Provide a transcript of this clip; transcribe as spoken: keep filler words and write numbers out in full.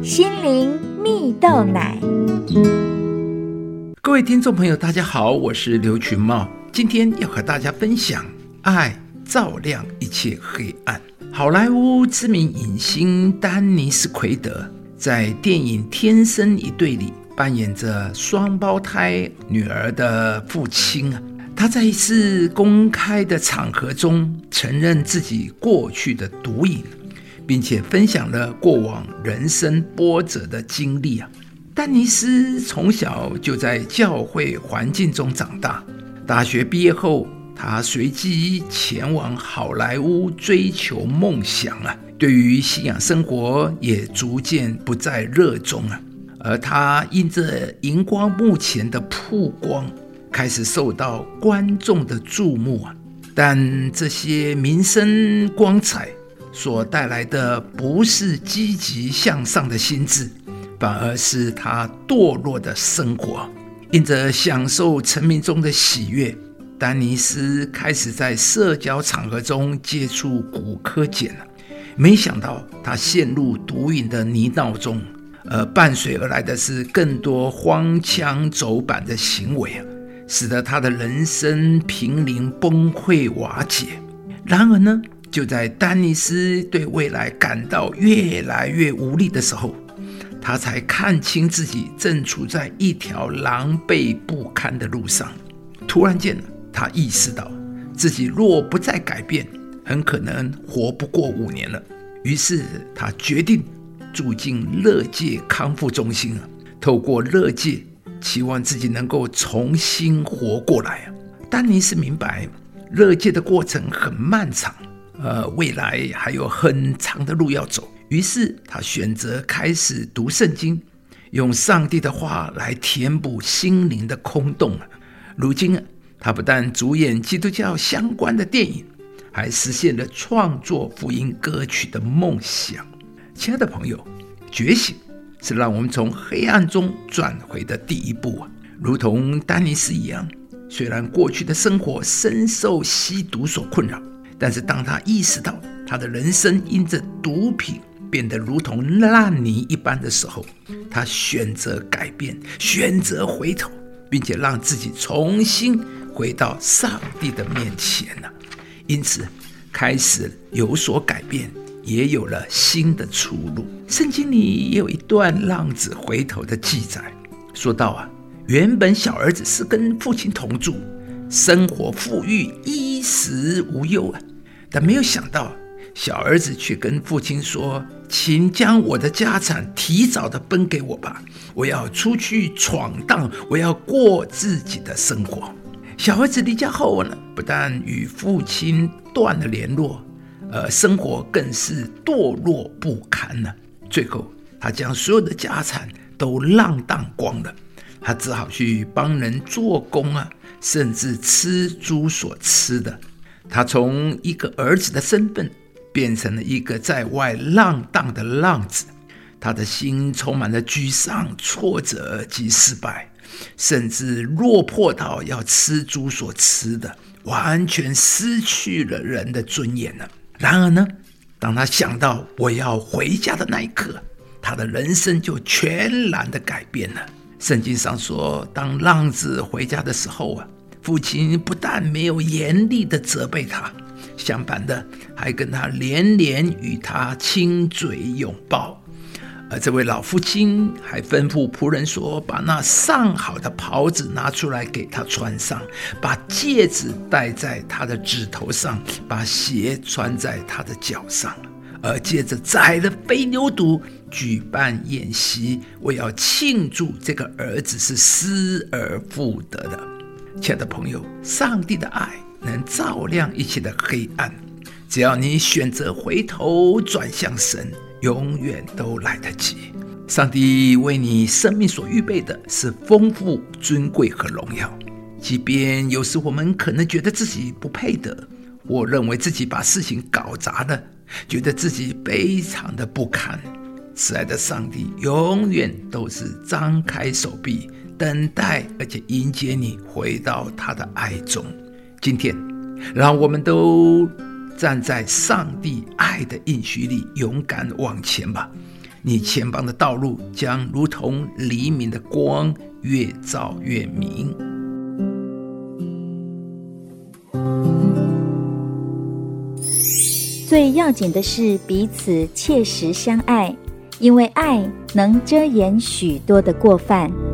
心灵蜜豆奶。 各位听众朋友大家好，我是刘群茂，今天要和大家分享爱照亮一切黑暗。好莱坞知名影星丹尼斯·奎德在电影《天生一对》里扮演着双胞胎女儿的父亲啊，他在一次公开的场合中承认自己过去的毒瘾，并且分享了过往人生波折的经历啊。丹尼斯从小就在教会环境中长大，大学毕业后，他随即前往好莱坞追求梦想啊，对于信仰生活也逐渐不再热衷啊。而他因着荧光幕前的曝光，开始受到观众的注目啊。但这些名声光彩所带来的不是积极向上的心智，反而是他堕落的生活。因着享受成名中的喜悦，丹尼斯开始在社交场合中接触古柯碱，没想到他陷入毒瘾的泥淖中，而伴随而来的是更多荒腔走板的行为，使得他的人生濒临崩溃瓦解。然而呢，就在丹尼斯对未来感到越来越无力的时候，他才看清自己正处在一条狼狈不堪的路上。突然间，他意识到自己若不再改变，很可能活不过五年了。于是他决定住进乐界康复中心，透过乐界期望自己能够重新活过来。丹尼斯明白乐界的过程很漫长，呃，未来还有很长的路要走。于是他选择开始读圣经，用上帝的话来填补心灵的空洞。如今他不但主演基督教相关的电影，还实现了创作福音歌曲的梦想。亲爱的朋友，觉醒是让我们从黑暗中转回的第一步啊！如同丹尼斯一样，虽然过去的生活深受吸毒所困扰，但是当他意识到他的人生因着毒品变得如同烂泥一般的时候，他选择改变，选择回头，并且让自己重新回到上帝的面前啊！因此开始有所改变，也有了新的出路。圣经里也有一段浪子回头的记载，说到啊，原本小儿子是跟父亲同住，生活富裕，衣食无忧啊，但没有想到小儿子却跟父亲说，请将我的家产提早的分给我吧，我要出去闯荡，我要过自己的生活。小儿子离家后呢，不但与父亲断了联络，呃，生活更是堕落不堪了。最后他将所有的家产都浪荡光了，他只好去帮人做工啊，甚至吃猪所吃的。他从一个儿子的身份变成了一个在外浪荡的浪子，他的心充满了沮丧、挫折及失败，甚至落魄到要吃猪所吃的，完全失去了人的尊严了。然而呢，当他想到我要回家的那一刻，他的人生就全然的改变了。圣经上说，当浪子回家的时候啊，父亲不但没有严厉的责备他，相反的还跟他连连与他亲嘴拥抱。而这位老父亲还吩咐仆人说，把那上好的袍子拿出来给他穿上，把戒指戴在他的指头上，把鞋穿在他的脚上，而接着宰了肥牛犊，举办宴席，我要庆祝这个儿子是失而复得的。亲爱的朋友，上帝的爱能照亮一切的黑暗，只要你选择回头转向神，永远都来得及。上帝为你生命所预备的是丰富、尊贵和荣耀，即便有时我们可能觉得自己不配得，或认为自己把事情搞砸了，觉得自己非常的不堪，慈爱的上帝永远都是张开手臂，等待而且迎接你回到他的爱中。今天让我们都站在上帝爱的应许里，勇敢往前吧。 你前方的道路将如同黎明的光，越照越明。 最要紧的是彼此切实相爱，因为爱能遮掩许多的过犯。